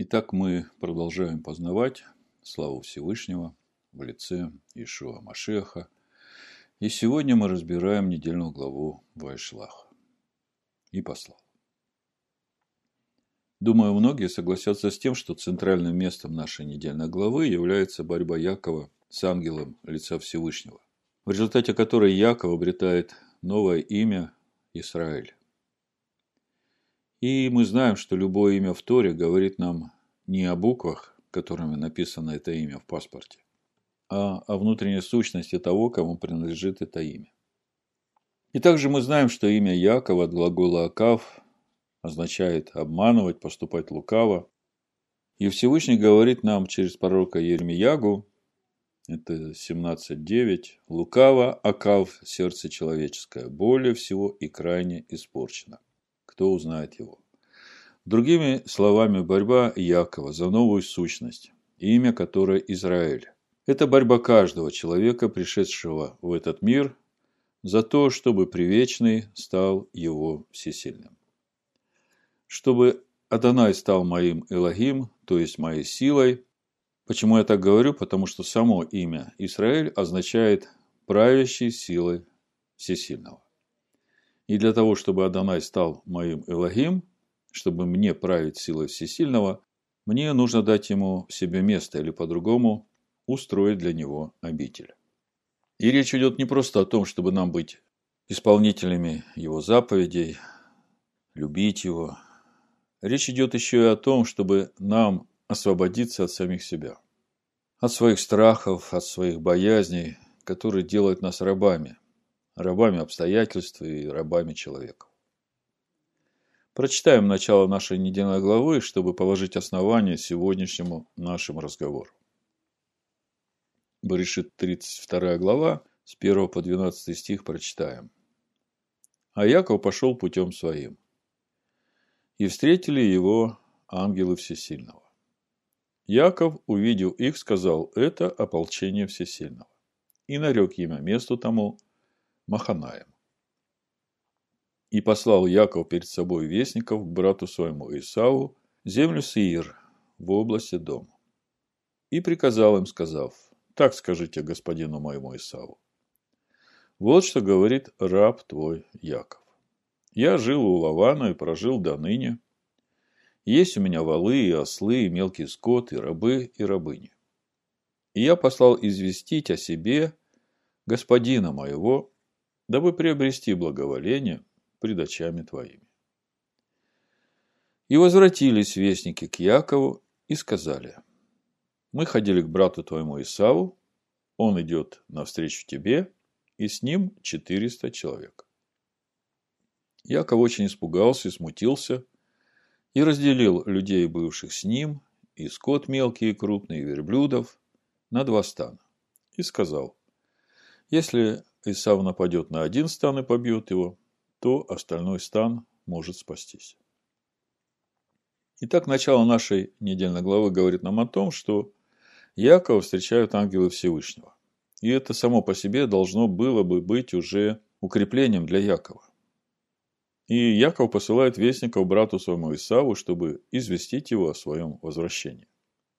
Итак, мы продолжаем познавать славу Всевышнего в лице Иешуа Машиаха. И сегодня мы разбираем недельную главу Ваишлах и послал. Думаю, многие согласятся с тем, что центральным местом нашей недельной главы является борьба Якова с ангелом лица Всевышнего, в результате которой Яков обретает новое имя Израиль. И мы знаем, что любое имя в Торе говорит нам не о буквах, которыми написано это имя в паспорте, а о внутренней сущности того, кому принадлежит это имя. И также мы знаем, что имя Яков от глагола «акав» означает обманывать, поступать лукаво. И Всевышний говорит нам через пророка Йермиягу, это 17:9, «Лукаво, акав, сердце человеческое, более всего и крайне испорчено. Кто узнает его?» Другими словами, борьба Якова за новую сущность, имя которой Израиль. Это борьба каждого человека, пришедшего в этот мир, за то, чтобы Привечный стал его всесильным. Чтобы Адонай стал моим Элогим, то есть моей силой. Почему я так говорю? Потому что само имя Израиль означает правящей силой всесильного. И для того, чтобы Адонай стал моим Элогим, чтобы мне править силой всесильного, мне нужно дать ему в себе место или по-другому устроить для него обитель. И речь идет не просто о том, чтобы нам быть исполнителями его заповедей, любить его. Речь идет еще и о том, чтобы нам освободиться от самих себя, от своих страхов, от своих боязней, которые делают нас рабами обстоятельств и рабами человека. Прочитаем начало нашей недельной главы, чтобы положить основание сегодняшнему нашему разговору. Берешит 32 глава, с 1 по 12 стих прочитаем. «А Яков пошел путем своим, и встретили его ангелы Всесильного. Яков, увидев их, сказал: это ополчение Всесильного, и нарек имя месту тому Маханаем. И послал Яков перед собой вестников к брату своему Исаву, землю Сеир, в области Дом. И приказал им, сказав: так скажите господину моему Исаву: вот что говорит раб твой Яков. Я жил у Лавана и прожил до ныне. Есть у меня волы и ослы, и мелкий скот, и рабы, и рабыни. И я послал известить о себе господина моего, дабы приобрести благоволение пред очами твоими. И возвратились вестники к Якову и сказали: мы ходили к брату твоему Исаву, он идет навстречу тебе, и с ним 400 человек. Яков очень испугался и смутился, и разделил людей, бывших с ним, и скот мелкий и крупный, и верблюдов, на 2 стана. И сказал: если Исав нападет на один стан и побьет его, то остальной стан может спастись. Итак, начало нашей недельной главы говорит нам о том, что Якова встречают ангелы Всевышнего. И это само по себе должно было бы быть уже укреплением для Якова. И Яков посылает вестников брату своему Исаву, чтобы известить его о своем возвращении.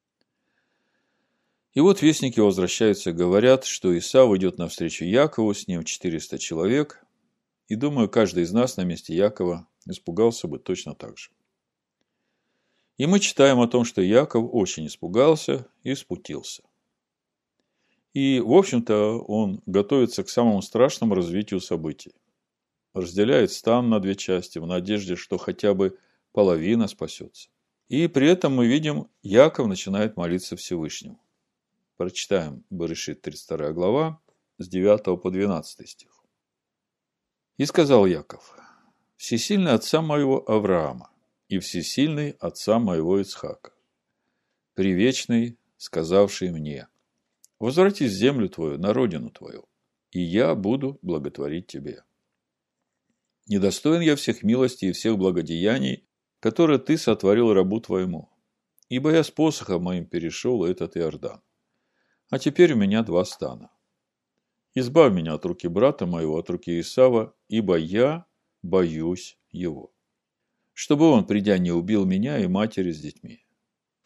И вот вестники возвращаются и говорят, что Исав идет навстречу Якову, с ним 400 человек. И думаю, каждый из нас на месте Якова испугался бы точно так же. И мы читаем о том, что Яков очень испугался и смутился. И, в общем-то, он готовится к самому страшному развитию событий. Разделяет стан на 2 части в надежде, что хотя бы половина спасется. И при этом мы видим, Яков начинает молиться Всевышнему. Прочитаем Берешит 32 глава с 9 по 12 стих. И сказал Яков: всесильный отца моего Авраама и всесильный отца моего Ицхака, привечный, сказавший мне: возвратись в землю твою, на родину твою, и я буду благотворить тебе. Недостоин я всех милостей и всех благодеяний, которые ты сотворил рабу твоему, ибо я с посохом моим перешел этот Иордан. А теперь у меня 2 стана. Избавь меня от руки брата моего, от руки Исава, ибо я боюсь его. Чтобы он, придя, не убил меня и матери с детьми.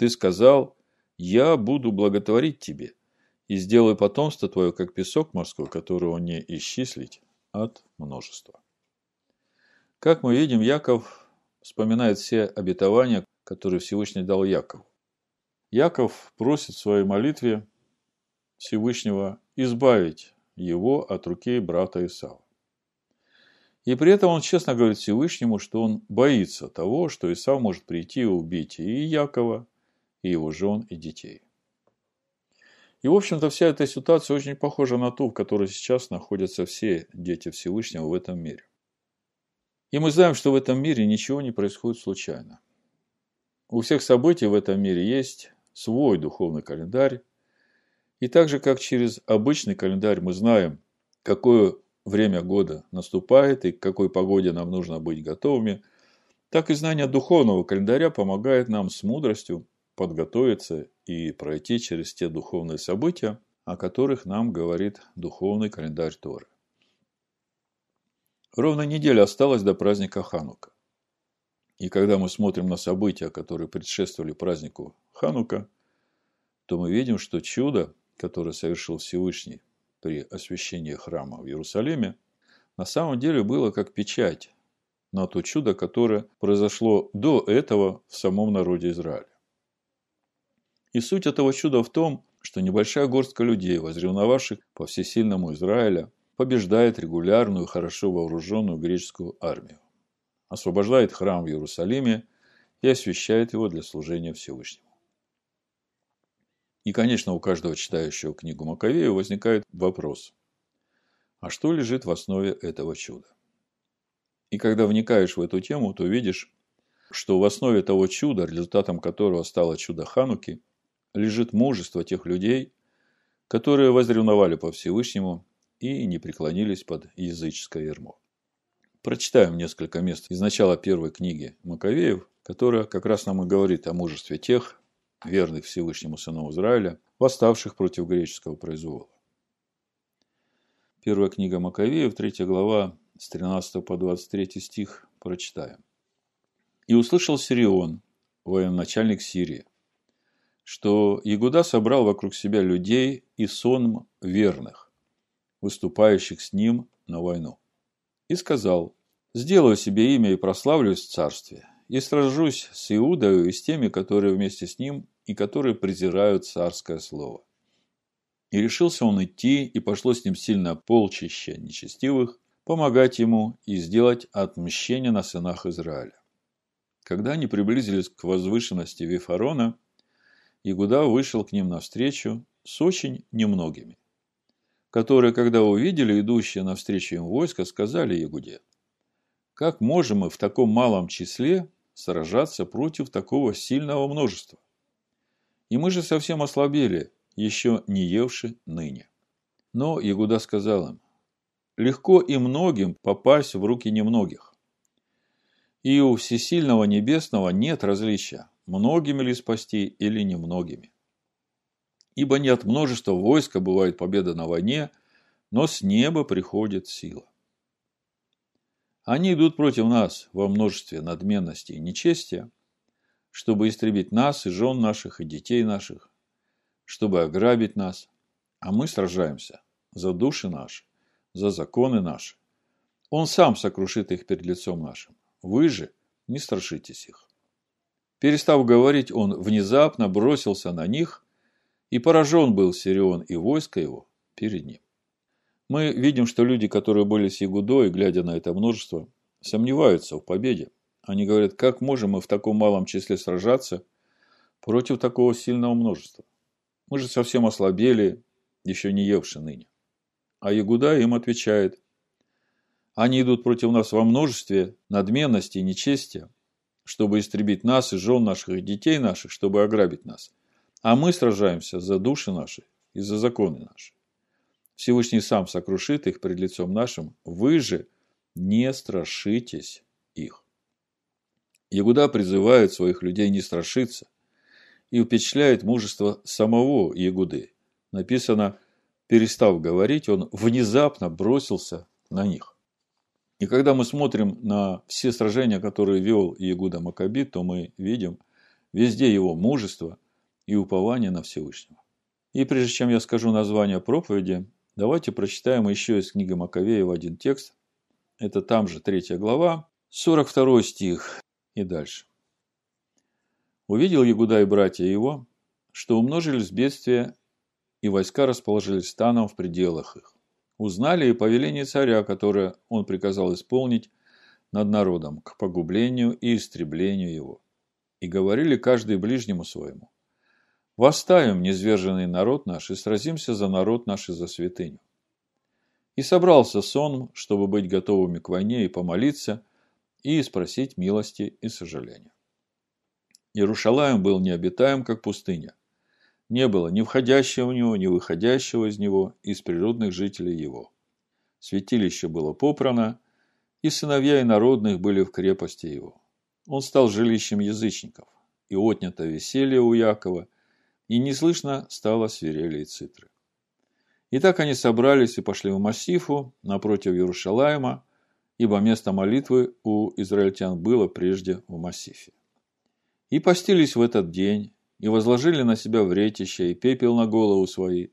Ты сказал: я буду благотворить тебе, и сделаю потомство твое, как песок морской, которого не исчислить от множества. Как мы видим, Яков вспоминает все обетования, которые Всевышний дал Якову. Яков просит в своей молитве Всевышнего избавить его от руки брата Исава. И при этом он честно говорит Всевышнему, что он боится того, что Исав может прийти и убить и Якова, и его жен, и детей. И, в общем-то, вся эта ситуация очень похожа на ту, в которой сейчас находятся все дети Всевышнего в этом мире. И мы знаем, что в этом мире ничего не происходит случайно. У всех событий в этом мире есть свой духовный календарь. И так же, как через обычный календарь мы знаем, какое время года наступает и к какой погоде нам нужно быть готовыми, так и знание духовного календаря помогает нам с мудростью подготовиться и пройти через те духовные события, о которых нам говорит духовный календарь Торы. Ровно неделя осталась до праздника Ханука. И когда мы смотрим на события, которые предшествовали празднику Ханука, то мы видим, что чудо, которое совершил Всевышний при освящении храма в Иерусалиме, на самом деле было как печать на то чудо, которое произошло до этого в самом народе Израиля. И суть этого чуда в том, что небольшая горстка людей, возревновавших по всесильному Израиля, побеждает регулярную, хорошо вооруженную греческую армию, освобождает храм в Иерусалиме и освящает его для служения Всевышнему. И, конечно, у каждого читающего книгу Маковею возникает вопрос: а что лежит в основе этого чуда? И когда вникаешь в эту тему, то видишь, что в основе того чуда, результатом которого стало чудо Хануки, лежит мужество тех людей, которые возревновали по Всевышнему и не преклонились под языческое ярмо. Прочитаем несколько мест из начала первой книги Маковеев, которая как раз нам и говорит о мужестве тех, верных Всевышнему сынам Израиля, восставших против греческого произвола. Первая книга Маковеев, 3 глава, с 13 по 23 стих, прочитаем. «И услышал Сирион, военачальник Сирии, что Егуда собрал вокруг себя людей и сонм верных, выступающих с ним на войну. И сказал: сделаю себе имя и прославлюсь в царстве, и сражусь с Иудою и с теми, которые вместе с ним и которые презирают царское слово. И решился он идти, и пошло с ним сильное полчище нечестивых, помогать ему и сделать отмщение на сынах Израиля. Когда они приблизились к возвышенности Вифарона, Егуда вышел к ним навстречу с очень немногими, которые, когда увидели идущие навстречу им войско, сказали Егуде: как можем мы в таком малом числе сражаться против такого сильного множества? И мы же совсем ослабели, еще не евши ныне. Но Егуда сказал им: легко и многим попасть в руки немногих. И у Всесильного Небесного нет различия, многими ли спасти или немногими. Ибо не от множества войска бывает победа на войне, но с неба приходит сила. Они идут против нас во множестве надменности и нечестия, чтобы истребить нас и жен наших, и детей наших, чтобы ограбить нас, а мы сражаемся за души наши, за законы наши. Он сам сокрушит их перед лицом нашим. Вы же не страшитесь их. Перестав говорить, он внезапно бросился на них, и поражен был Сирион и войско его перед ним. Мы видим, что люди, которые были с Егудой, глядя на это множество, сомневаются в победе. Они говорят: как можем мы в таком малом числе сражаться против такого сильного множества? Мы же совсем ослабели, еще не евши ныне. А Егуда им отвечает: они идут против нас во множестве надменности и нечестия, чтобы истребить нас и жен наших, и детей наших, чтобы ограбить нас. А мы сражаемся за души наши и за законы наши. Всевышний сам сокрушит их пред лицом нашим. Вы же не страшитесь их. Егуда призывает своих людей не страшиться и впечатляет мужество самого Егуды. Написано: перестав говорить, он внезапно бросился на них. И когда мы смотрим на все сражения, которые вел Егуда Маккаби, то мы видим, Везде его мужество и упование на Всевышнего. И прежде чем я скажу название проповеди, давайте прочитаем еще из книги Маковеев один текст. Это там же 3 глава, 42 стих и дальше. «Увидел Егуда и братья его, что умножились бедствия, и войска расположились станом в пределах их. Узнали и повеление царя, которое он приказал исполнить над народом к погублению и истреблению его. И говорили каждый ближнему своему: восставим низверженный народ наш и сразимся за народ наш и за святыню. И собрался сон, чтобы быть готовыми к войне и помолиться, и спросить милости и сожаления. Иерушалаим был необитаем, как пустыня. Не было ни входящего в него, ни выходящего из него, из природных жителей его. Святилище было попрано, и сыновья инородных были в крепости его. Он стал жилищем язычников, и отнято веселье у Якова, и не слышно стало свирели и цитры. И так они собрались и пошли в Массифу напротив Иерушалаима, ибо место молитвы у израильтян было прежде в Массифе. И постились в этот день, и возложили на себя вретище, и пепел на голову свои,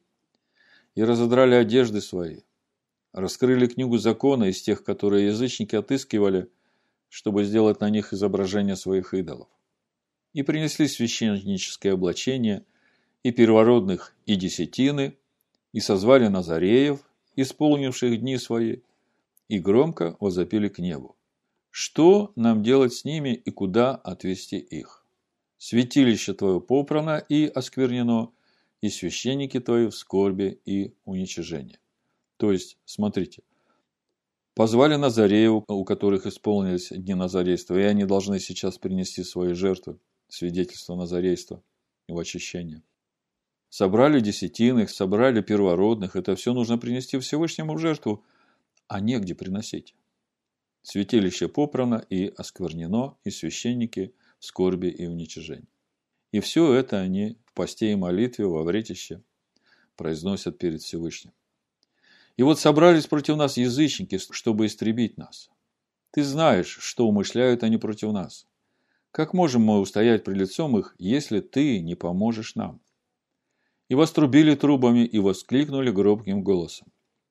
и разодрали одежды свои, раскрыли книгу закона из тех, которые язычники отыскивали, чтобы сделать на них изображение своих идолов. И принесли священническое облачение, и первородных, и десятины, и созвали назареев, исполнивших дни свои, и громко возопили к небу: что нам делать с ними и куда отвести их? Святилище твое попрано и осквернено, и священники твои в скорби и уничижении. То есть, смотрите, позвали назареев, у которых исполнились дни назарейства, и они должны сейчас принести свои жертвы, свидетельство назарейства и в очищение. Собрали десятинных, собрали первородных, это все нужно принести Всевышнему в жертву, а негде приносить. Святилище попрано и осквернено, и священники в скорби и уничижении. И все это они в посте и молитве во вретище произносят перед Всевышним. И вот собрались против нас язычники, чтобы истребить нас. Ты знаешь, что умышляют они против нас. Как можем мы устоять пред лицом их, если ты не поможешь нам? И вострубили трубами, и воскликнули громким голосом.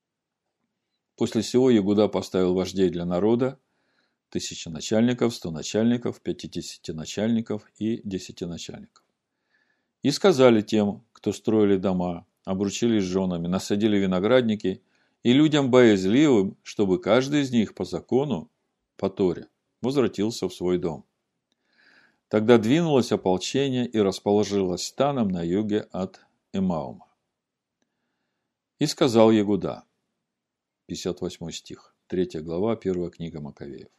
После сего Егуда поставил вождей для народа, 1000 начальников, 100 начальников, 50 начальников и 10 начальников. И сказали тем, кто строили дома, обручились с женами, насадили виноградники, и людям боязливым, чтобы каждый из них по закону, по Торе, возвратился в свой дом. Тогда двинулось ополчение и расположилось станом на юге от Эмаума. И сказал Егуда, 58 стих, 3 глава, 1 книга Маковеев: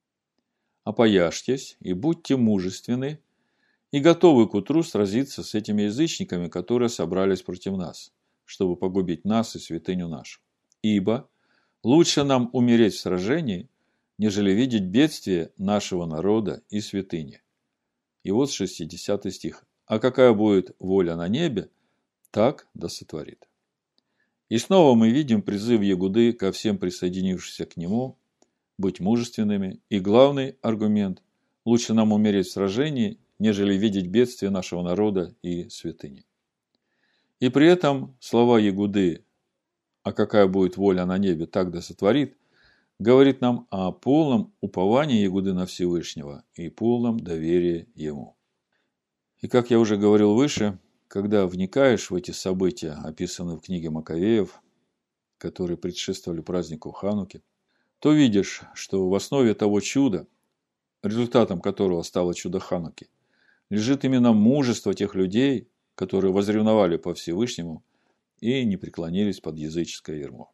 опояжьтесь и будьте мужественны, и готовы к утру сразиться с этими язычниками, которые собрались против нас, чтобы погубить нас и святыню нашу. Ибо лучше нам умереть в сражении, нежели видеть бедствие нашего народа и святыни. И вот 60 стих. А какая будет воля на небе, так да сотворит. И снова мы видим призыв Егуды ко всем присоединившимся к нему быть мужественными. И главный аргумент – лучше нам умереть в сражении, нежели видеть бедствие нашего народа и святыни. И при этом слова Егуды «А какая будет воля на небе, так да сотворит» говорит нам о полном уповании Егуды на Всевышнего и полном доверии ему. И как я уже говорил выше, когда вникаешь в эти события, описанные в книге Маковеев, которые предшествовали празднику Хануки, то видишь, что в основе того чуда, результатом которого стало чудо Хануки, лежит именно мужество тех людей, которые возревновали по Всевышнему и не преклонились под языческое ярмо.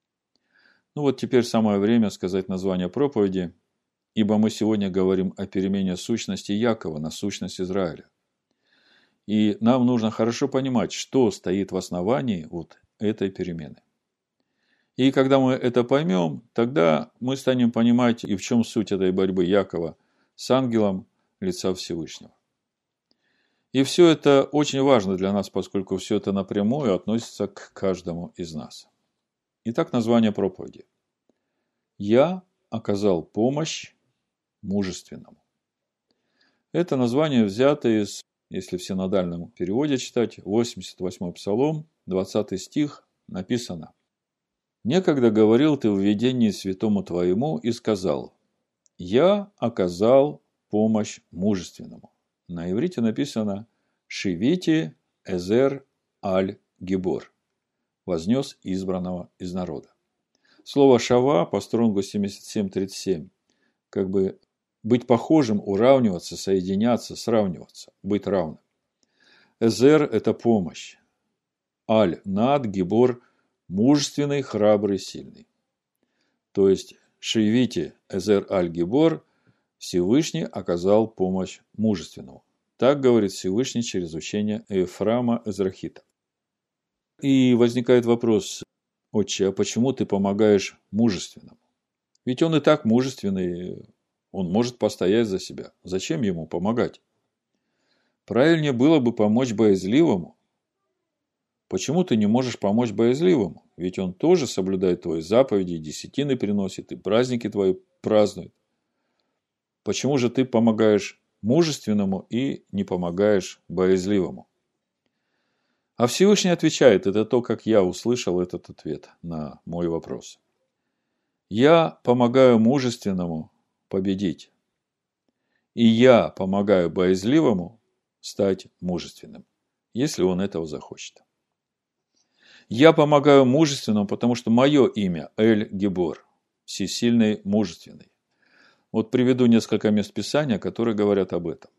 Ну вот теперь самое время сказать название проповеди, ибо мы сегодня говорим о перемене сущности Якова на сущность Израиля. И нам нужно хорошо понимать, что стоит в основании вот этой перемены. И когда мы это поймем, тогда мы станем понимать, и в чем суть этой борьбы Якова с ангелом лица Всевышнего. И все это очень важно для нас, поскольку все это напрямую относится к каждому из нас. Итак, название проповеди. Я оказал помощь мужественному. Это название взято из, если в синодальном переводе читать, 88-й Псалом, 20 стих, написано: «Некогда говорил ты в видении святому твоему и сказал: я оказал помощь мужественному». На иврите написано «Шивити эзер аль-гибор», вознес избранного из народа. Слово «шава» по стронгу 77:37, как бы быть похожим, уравниваться, соединяться, сравниваться, быть равным. Эзер – это помощь. Аль, над, гибор – мужественный, храбрый, сильный. То есть, Шивити эзер аль гибор – Всевышний оказал помощь мужественному. Так говорит Всевышний через учение Ефрама Эзрахита. И возникает вопрос: отче, а почему ты помогаешь мужественному? Ведь он и так мужественный, он может постоять за себя. Зачем ему помогать? Правильнее было бы помочь боязливому. Почему ты не можешь помочь боязливому? Ведь он тоже соблюдает твои заповеди, десятины приносит, и праздники твои празднует. Почему же ты помогаешь мужественному и не помогаешь боязливому? А Всевышний отвечает, это то, как я услышал этот ответ на мой вопрос. Я помогаю мужественному победить, и я помогаю боязливому стать мужественным, если он этого захочет. Я помогаю мужественному, потому что мое имя Эль-Гибор, всесильный, мужественный. Вот приведу несколько мест Писания, которые говорят об этом.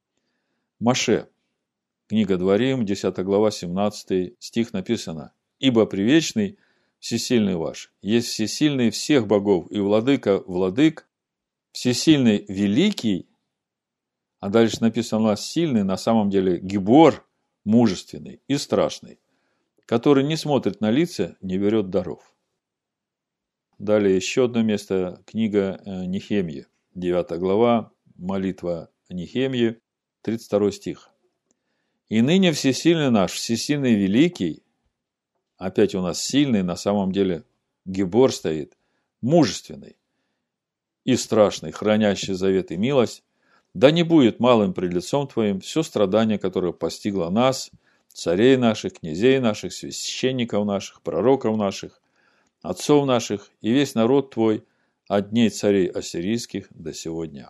Моше, книга Дворим, 10 глава, 17 стих написано: «Ибо привечный, всесильный ваш, есть всесильный всех богов и владыка владык, всесильный великий», а дальше написано у нас сильный, на самом деле Гибор, мужественный и страшный, который не смотрит на лица, не берет даров. Далее еще одно место, книга Нехемии, 9 глава, молитва Нехемии, 32 стих. «И ныне всесильный наш, всесильный великий», опять у нас сильный, на самом деле Гибор стоит, мужественный и страшный, хранящий завет и милость, да не будет малым пред лицом твоим все страдание, которое постигло нас, царей наших, князей наших, священников наших, пророков наших, отцов наших и весь народ твой от дней царей ассирийских до сего дня».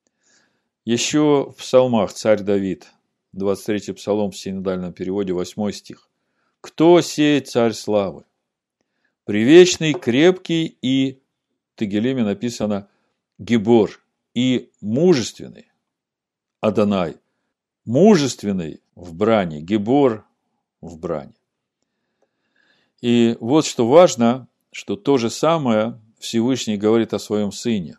Еще в псалмах царь Давид, 23-й псалом в синодальном переводе, 8 стих. «Кто сеет царь славы? Привечный, крепкий и», в Тегелиме написано, «Гибор» и мужественный. Адонай, мужественный в брани, Гибор в брани. И вот что важно, что то же самое Всевышний говорит о своем сыне.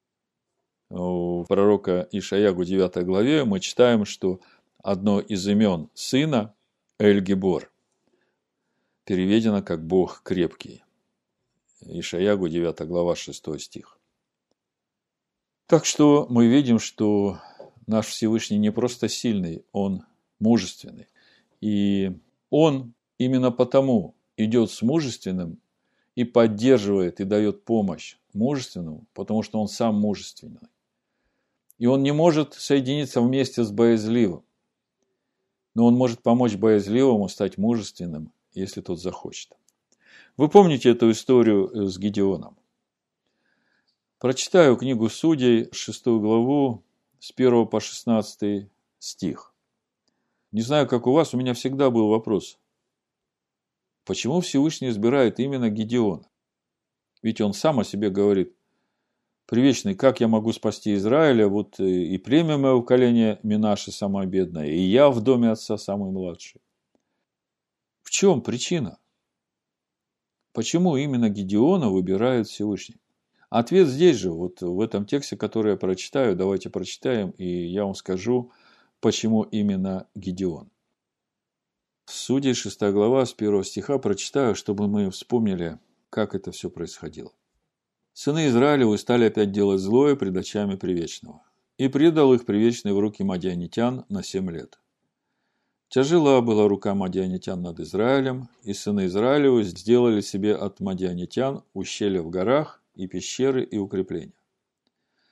У пророка Ишаяху 9 главе мы читаем, что одно из имен сына Эль-Гибор переведено как Бог крепкий. Ишаяху 9 глава 6 стих. Так что мы видим, что наш Всевышний не просто сильный, он мужественный. И он именно потому идет с мужественным и поддерживает и дает помощь мужественному, потому что он сам мужественный. И он не может соединиться вместе с боязливым, но он может помочь боязливому стать мужественным, если тот захочет. Вы помните эту историю с Гидеоном? Прочитаю книгу Судей, 6 главу, с 1 по 16 стих. Не знаю, как у вас, у меня всегда был вопрос. Почему Всевышний избирает именно Гидеона? Ведь он сам о себе говорит: «Привечный, как я могу спасти Израиля? Вот и племя моего коления Минаше самое бедное, и я в доме отца самый младший». В чем причина? Почему именно Гидеона выбирает Всевышний? Ответ здесь же, вот в этом тексте, который я прочитаю. Давайте прочитаем, и я вам скажу, почему именно Гидеон. Судей 6 глава, с 1 стиха прочитаю, чтобы мы вспомнили, как это все происходило. «Сыны Израилевы стали опять делать злое пред очами Привечного, и предал их Привечный в руки мадианитян на 7 лет. Тяжела была рука мадианитян над Израилем, и сыны Израилевы сделали себе от мадианитян ущелья в горах и пещеры и укрепления.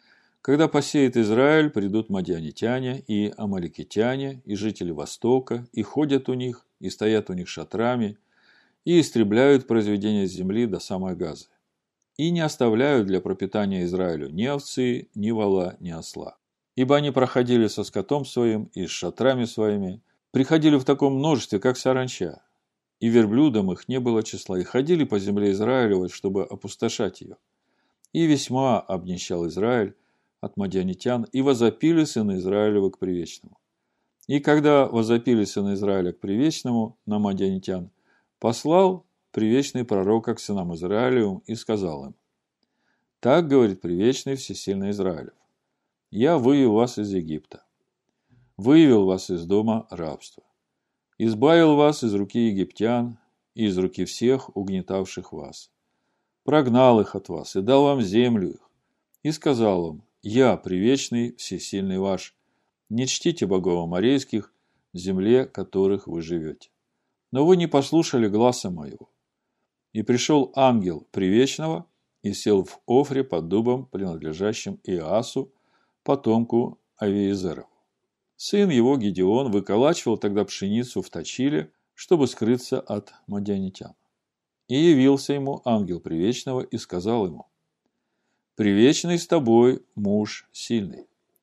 Когда посеет Израиль, придут мадианитяне и амаликитяне, и жители Востока, и ходят у них, и стоят у них шатрами, и истребляют произведения земли до самой Газы. И не оставляют для пропитания Израилю ни овцы, ни вола, ни осла. Ибо они проходили со скотом своим и с шатрами своими, приходили в таком множестве, как саранча, и верблюдам их не было числа, и ходили по земле Израилевой, чтобы опустошать ее. И весьма обнищал Израиль от мадианитян, и возопили сыны Израилевы к Привечному. И когда возопили сыны Израиля к Привечному на мадианитян, послал Привечный пророка к сынам Израилевым и сказал им: «Так говорит Привечный Всесильный Израилев: я вывел вас из Египта, вывел вас из дома рабства, избавил вас из руки египтян и из руки всех угнетавших вас, прогнал их от вас и дал вам землю их, и сказал вам: я, Привечный, Всесильный ваш, не чтите богов аморейских в земле, которых вы живете. Но вы не послушали гласа моего. И пришел ангел Привечного и сел в Офре под дубом, принадлежащим Иасу, потомку Авиезерову. Сын его, Гедеон, выколачивал тогда пшеницу в точиле, чтобы скрыться от мадианитян. И явился ему ангел Привечного и сказал ему: «Привечный с тобой муж сильный».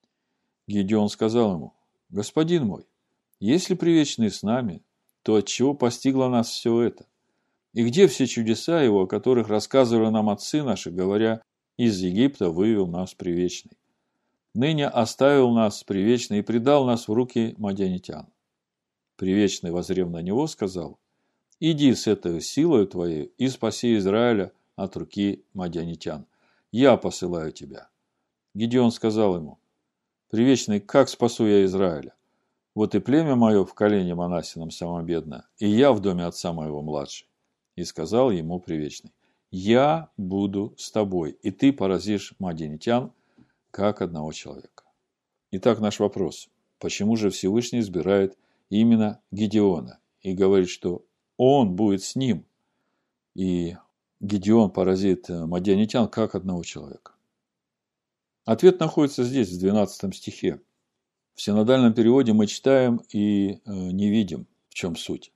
Гедеон сказал ему: «Господин мой, если Привечный с нами, то отчего постигло нас все это? И где все чудеса его, о которых рассказывали нам отцы наши, говоря: из Египта вывел нас Привечный? Ныне оставил нас Привечный и предал нас в руки мадианитян». Привечный, воззрев на него, сказал: «Иди с этой силою твоей и спаси Израиля от руки мадианитян. Я посылаю тебя». Гедеон сказал ему: «Привечный, как спасу я Израиля? Вот и племя мое в колене Манассином самое бедное, и я в доме отца моего младший». И сказал ему Привечный: «Я буду с тобой, и ты поразишь мадианитян, как одного человека». Итак, наш вопрос: почему же Всевышний избирает именно Гедеона и говорит, что он будет с ним, и Гедеон поразит мадианитян, как одного человека? Ответ находится здесь, в 12 стихе. В синодальном переводе мы читаем и не видим, в чем суть.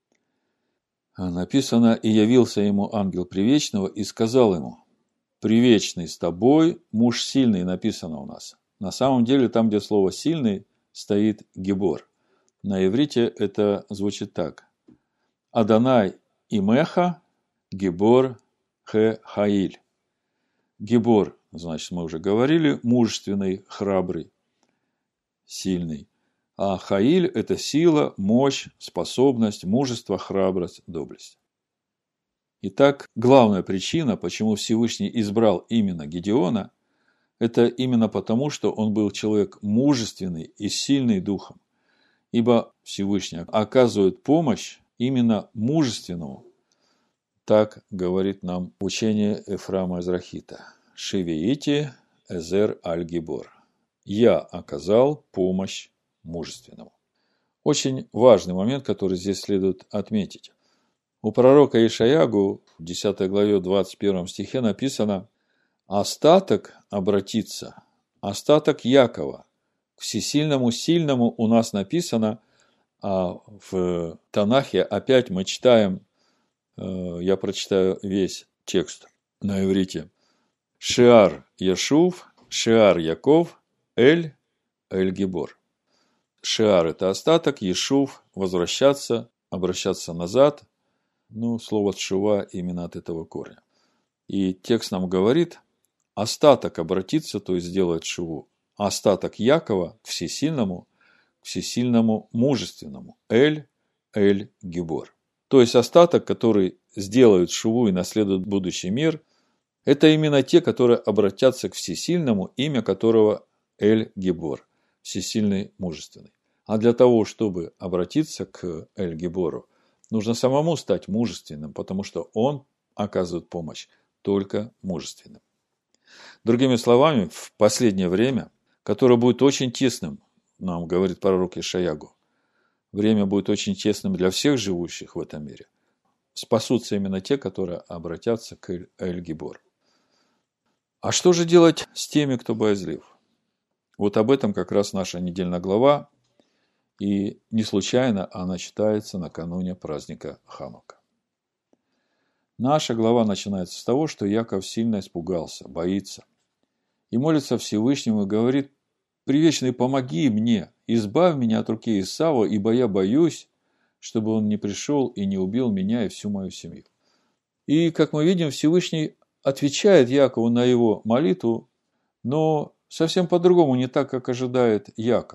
Написано: «И явился ему ангел Привечного и сказал ему: Привечный с тобой, муж сильный», написано у нас. На самом деле, там, где слово «сильный», стоит гибор. На иврите это звучит так: Адонай имеха, гибор хе хаиль. Гибор, значит, мы уже говорили, мужественный, храбрый, сильный. А хаиль – это сила, мощь, способность, мужество, храбрость, доблесть. Итак, главная причина, почему Всевышний избрал именно Гедеона, это именно потому, что он был человек мужественный и сильный духом. Ибо Всевышний оказывает помощь именно мужественному. Так говорит нам учение Эфрама Эзрахита. Шивеити эзер аль-гибор. Я оказал помощь мужественному. Очень важный момент, который здесь следует отметить. У пророка Ишаягу в 10 главе 21 стихе написано: «Остаток обратится, остаток Якова, к всесильному сильному». У нас написано, а в Танахе опять мы читаем, я прочитаю весь текст на иврите: «Шиар Яшув, Шиар Яков, Эль Гибор». Шиар – это остаток, Яшув – возвращаться, обращаться назад. Слово «тшува» именно от этого корня. И текст нам говорит: остаток обратится, то есть сделает шуву. Остаток Якова к всесильному мужественному. Эль Гибор. То есть остаток, который сделают шуву и наследует будущий мир, это именно те, которые обратятся к всесильному, имя которого Эль Гибор, всесильный, мужественный. А для того, чтобы обратиться к Эль Гибору, нужно самому стать мужественным, потому что он оказывает помощь только мужественным. Другими словами, в последнее время, которое будет очень тесным, нам говорит пророк Ишаягу, время будет очень тесным для всех живущих в этом мире, спасутся именно те, которые обратятся к Эль Гибор. А что же делать с теми, кто боязлив? Вот об этом как раз наша недельная глава, и не случайно она читается накануне праздника Ханука. Наша глава начинается с того, что Яков сильно испугался, боится. И молится Всевышнему и говорит: «Предвечный, помоги мне, избавь меня от руки Исава, ибо я боюсь, чтобы он не пришел и не убил меня и всю мою семью». И, как мы видим, Всевышний отвечает Якову на его молитву, но совсем по-другому, не так, как ожидает Яков.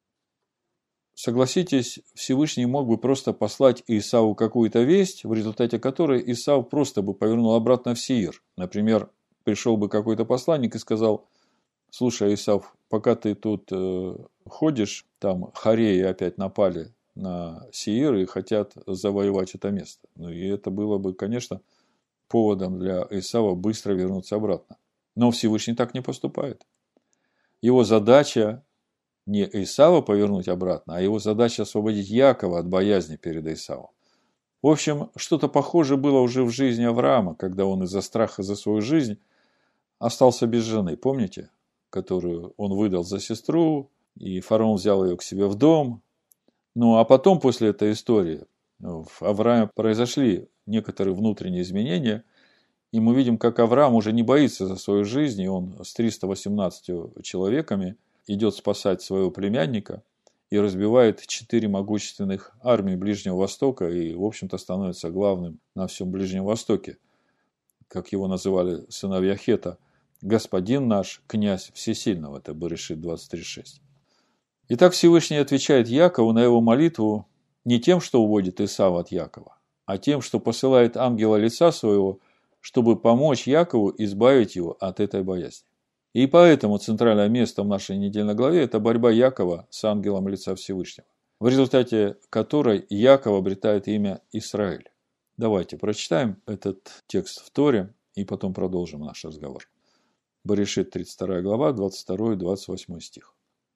Согласитесь, Всевышний мог бы просто послать Исаву какую-то весть, в результате которой Исав просто бы повернул обратно в Сеир. Например, пришел бы какой-то посланник и сказал: «Слушай, Исав, пока ты тут ходишь, там хореи опять напали на Сеир и хотят завоевать это место». Ну и это было бы, конечно, поводом для Исава быстро вернуться обратно. Но Всевышний так не поступает. Его задача не Исава повернуть обратно, а его задача освободить Якова от боязни перед Исавом. В общем, что-то похожее было уже в жизни Авраама, когда он из-за страха за свою жизнь остался без жены. Помните? Которую он выдал за сестру, и фараон взял ее к себе в дом. Ну, а потом, после этой истории, в Аврааме произошли некоторые внутренние изменения, и мы видим, как Авраам уже не боится за свою жизнь, и он с 318 человеками идет спасать своего племянника и разбивает 4 могущественных армии Ближнего Востока и, в общем-то, становится главным на всем Ближнем Востоке, как его называли сыновья Хета, господин наш, князь всесильного, это Берешит 23:6. Итак, Всевышний отвечает Якову на его молитву не тем, что уводит Исава от Якова, а тем, что посылает ангела лица своего, чтобы помочь Якову избавить его от этой боязни. И поэтому центральное место в нашей недельной главе – это борьба Якова с ангелом лица Всевышнего, в результате которой Яков обретает имя Израиль. Давайте прочитаем этот текст в Торе и потом продолжим наш разговор. Берешит 32 глава, 22 и 28 стих.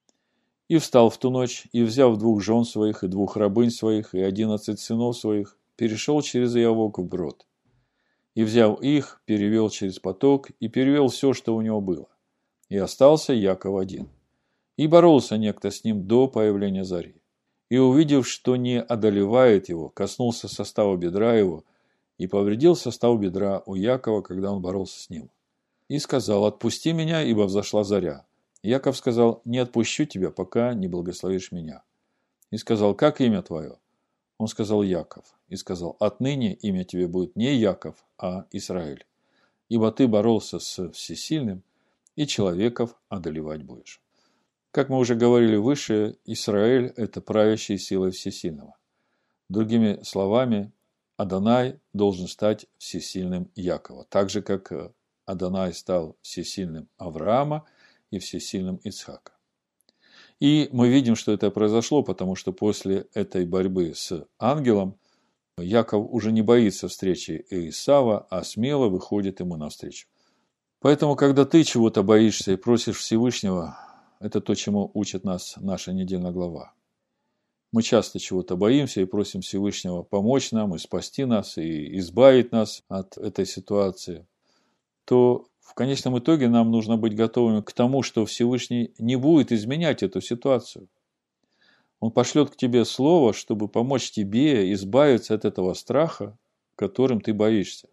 «И встал в ту ночь, и, взяв 2 жен своих, и 2 рабынь своих, и 11 сынов своих, перешел через Иавок вброд. И, взяв их, перевел через поток, и перевел все, что у него было. И остался Яков один. И боролся некто с ним до появления зари. И, увидев, что не одолевает его, коснулся состава бедра его, и повредил состав бедра у Якова, когда он боролся с ним. И сказал: «Отпусти меня, ибо взошла заря». Яков сказал: «Не отпущу тебя, пока не благословишь меня». И сказал: «Как имя твое?» Он сказал: «Яков». И сказал: «Отныне имя тебе будет не Яков, а Израиль, ибо ты боролся с всесильным, и человеков одолевать будешь». Как мы уже говорили выше, Израиль – это правящая сила всесильного. Другими словами, Адонай должен стать всесильным Якова, так же, как Адонай стал всесильным Авраама и всесильным Ицхака. И мы видим, что это произошло, потому что после этой борьбы с ангелом Яков уже не боится встречи Исава, а смело выходит ему навстречу. Поэтому, когда ты чего-то боишься и просишь Всевышнего, это то, чему учит нас наша недельная глава. Мы часто чего-то боимся и просим Всевышнего помочь нам и спасти нас, и избавить нас от этой ситуации. То в конечном итоге нам нужно быть готовыми к тому, что Всевышний не будет изменять эту ситуацию. Он пошлет к тебе слово, чтобы помочь тебе избавиться от этого страха, которым ты боишься.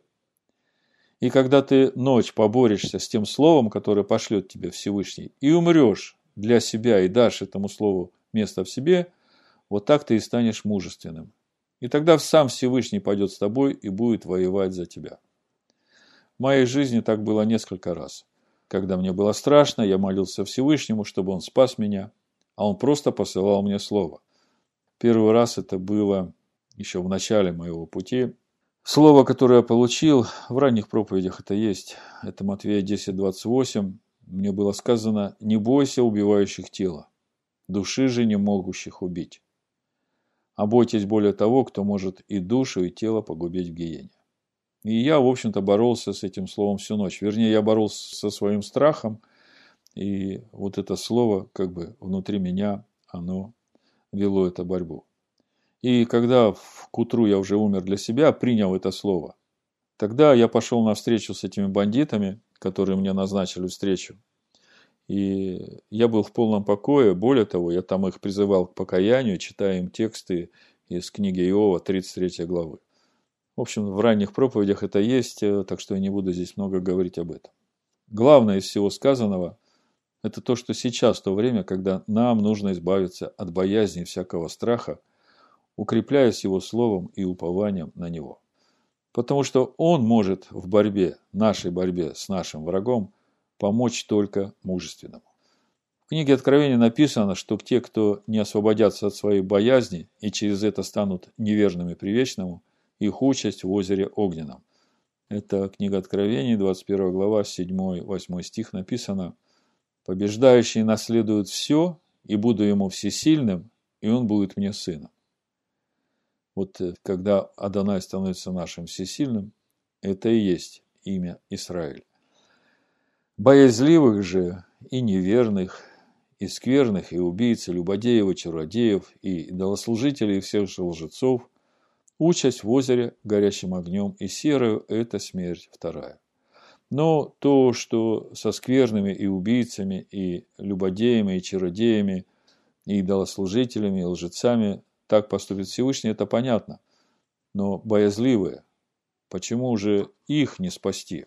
И когда ты ночь поборешься с тем словом, которое пошлет тебе Всевышний, и умрешь для себя и дашь этому слову место в себе, вот так ты и станешь мужественным. И тогда сам Всевышний пойдет с тобой и будет воевать за тебя. В моей жизни так было несколько раз. Когда мне было страшно, я молился Всевышнему, чтобы он спас меня, а он просто посылал мне слово. Первый раз это было еще в начале моего пути. Слово, которое я получил, в ранних проповедях это есть, это Матфея 10:28. Мне было сказано: «Не бойся убивающих тело, души же не могущих убить. А бойтесь более того, кто может и душу, и тело погубить в гиене». И я, в общем-то, боролся с этим словом всю ночь. Вернее, я боролся со своим страхом, и вот это слово, как бы внутри меня, оно вело эту борьбу. И когда к утру я уже умер для себя, принял это слово, тогда я пошел на встречу с этими бандитами, которые мне назначили встречу. И я был в полном покое. Более того, я там их призывал к покаянию, читая им тексты из книги Иова, 33 главы. В общем, в ранних проповедях это есть, так что я не буду здесь много говорить об этом. Главное из всего сказанного – это то, что сейчас то время, когда нам нужно избавиться от боязни и всякого страха, укрепляясь Его словом и упованием на Него. Потому что Он может в борьбе, нашей борьбе с нашим врагом, помочь только мужественному. В книге Откровения написано, что те, кто не освободятся от своей боязни и через это станут неверными привечному, их участь в озере огненном. Это книга Откровений, 21 глава, 7-8 стих написано: «Побеждающий наследует все, и буду ему всесильным, и он будет мне сыном». Вот когда Адонай становится нашим всесильным, это и есть имя Израиль. Боязливых же и неверных, и скверных, и убийц, и любодеев, и чародеев, и идолослужителей, и всех же лжецов, участь в озере горящим огнем и серою – это смерть вторая. Но то, что со скверными и убийцами, и любодеями, и чародеями, и идолослужителями, и лжецами так поступит Всевышний, это понятно. Но боязливые, почему же их не спасти?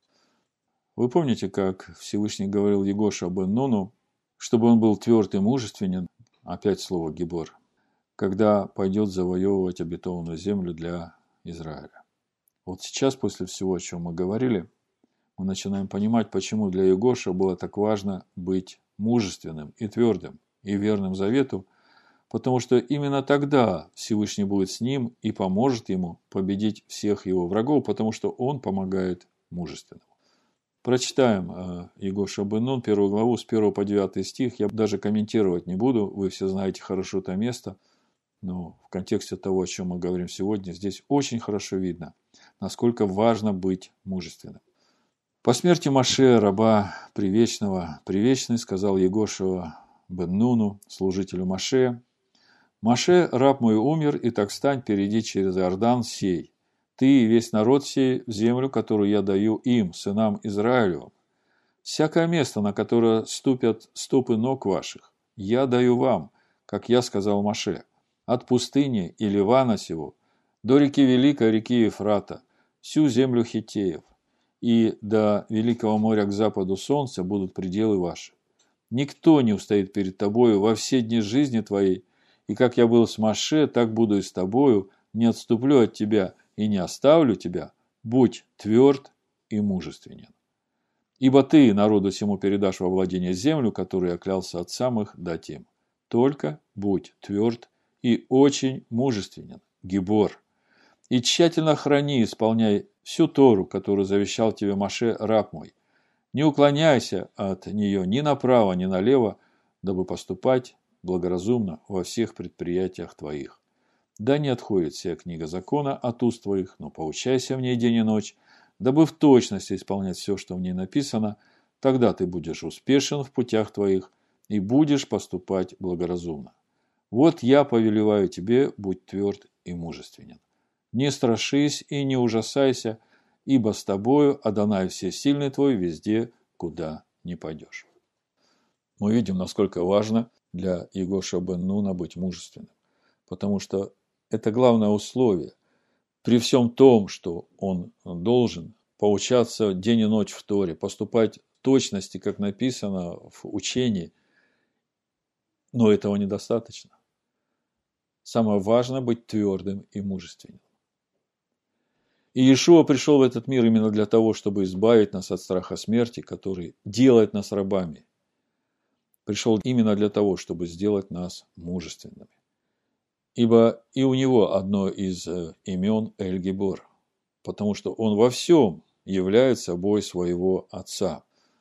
Вы помните, как Всевышний говорил Егошу бен Нуну, чтобы он был тверд и мужественен, опять слово «гибор», когда пойдет завоевывать обетованную землю для Израиля. Вот сейчас, после всего, о чем мы говорили, мы начинаем понимать, почему для Егоша было так важно быть мужественным и твердым, и верным завету, потому что именно тогда Всевышний будет с ним и поможет ему победить всех его врагов, потому что он помогает мужественному. Прочитаем Егоша бен Нун, 1 главу, с 1 по 9 стих. Я даже комментировать не буду, вы все знаете хорошо это место, но в контексте того, о чем мы говорим сегодня, здесь очень хорошо видно, насколько важно быть мужественным. По смерти Моше, раба Привечного, Привечный сказал Егоша бен Нуну, служителю Моше: «Моше, раб мой, умер, и так встань, перейди через Иордан сей, ты и весь народ сей, в землю, которую я даю им, сынам Израилевым. Всякое место, на которое ступят стопы ног ваших, я даю вам, как я сказал Моше, от пустыни и Ливана сего до реки Великой, реки Ефрата, всю землю хиттеев, и до Великого моря к западу солнца будут пределы ваши. Никто не устоит перед тобою во все дни жизни твоей, и как я был с Моше, так буду и с тобою, не отступлю от тебя и не оставлю тебя, будь тверд и мужественен. Ибо ты народу сему передашь во владение землю, которую я клялся отцам их дать им. Только будь тверд и очень мужественен, гибор, и тщательно храни и исполняй всю Тору, которую завещал тебе Моше, раб мой. Не уклоняйся от нее ни направо, ни налево, дабы поступать благоразумно во всех предприятиях твоих. Да не отходит вся книга закона от уст твоих, но поучайся в ней день и ночь, дабы в точности исполнять все, что в ней написано, тогда ты будешь успешен в путях твоих и будешь поступать благоразумно. Вот я повелеваю тебе, будь тверд и мужественен. Не страшись и не ужасайся, ибо с тобою Адонай всесильный твой везде, куда не пойдешь». Мы видим, насколько важно для Егоша бен Нуна быть мужественным, потому что это главное условие. При всем том, что он должен поучаться день и ночь в Торе, поступать в точности, как написано в учении, но этого недостаточно. Самое важное – быть твердым и мужественным. И Иешуа пришел в этот мир именно для того, чтобы избавить нас от страха смерти, который делает нас рабами. Пришел именно для того, чтобы сделать нас мужественными. Ибо и у него одно из имен Эль-Гибор, потому что он во всем является собой своего Отца.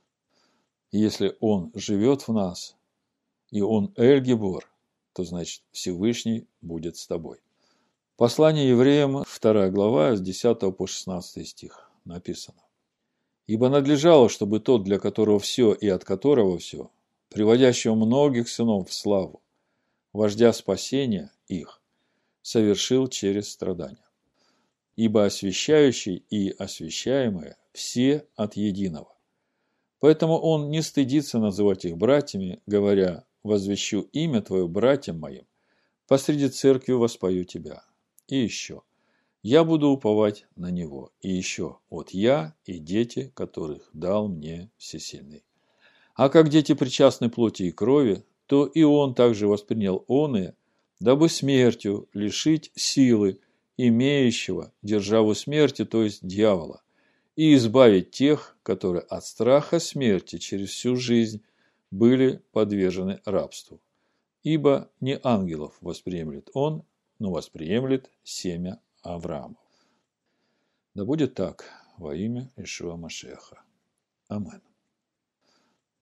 И если он живет в нас, и он Эль-Гибор, то значит Всевышний будет с тобой. Послание евреям, 2 глава, с 10 по 16 стих написано: «Ибо надлежало, чтобы тот, для которого все и от которого все, приводящего многих сынов в славу, вождя спасения их, совершил через страдания. Ибо освящающий и освящаемые все от единого, Поэтому он не стыдится называть их братьями, говоря: «Возвещу имя Твое братьям моим, посреди церкви воспою Тебя». И еще: «Я буду уповать на Него». И еще: «Вот я и дети, которых дал мне Всесильный». А как дети причастны плоти и крови, то и он также воспринял оные, дабы смертью лишить силы имеющего державу смерти, то есть дьявола, и избавить тех, которые от страха смерти через всю жизнь были подвержены рабству. Ибо не ангелов восприемлет он, но восприемлет семя Авраама. Да будет так во имя Иешуа Машиаха. Амин.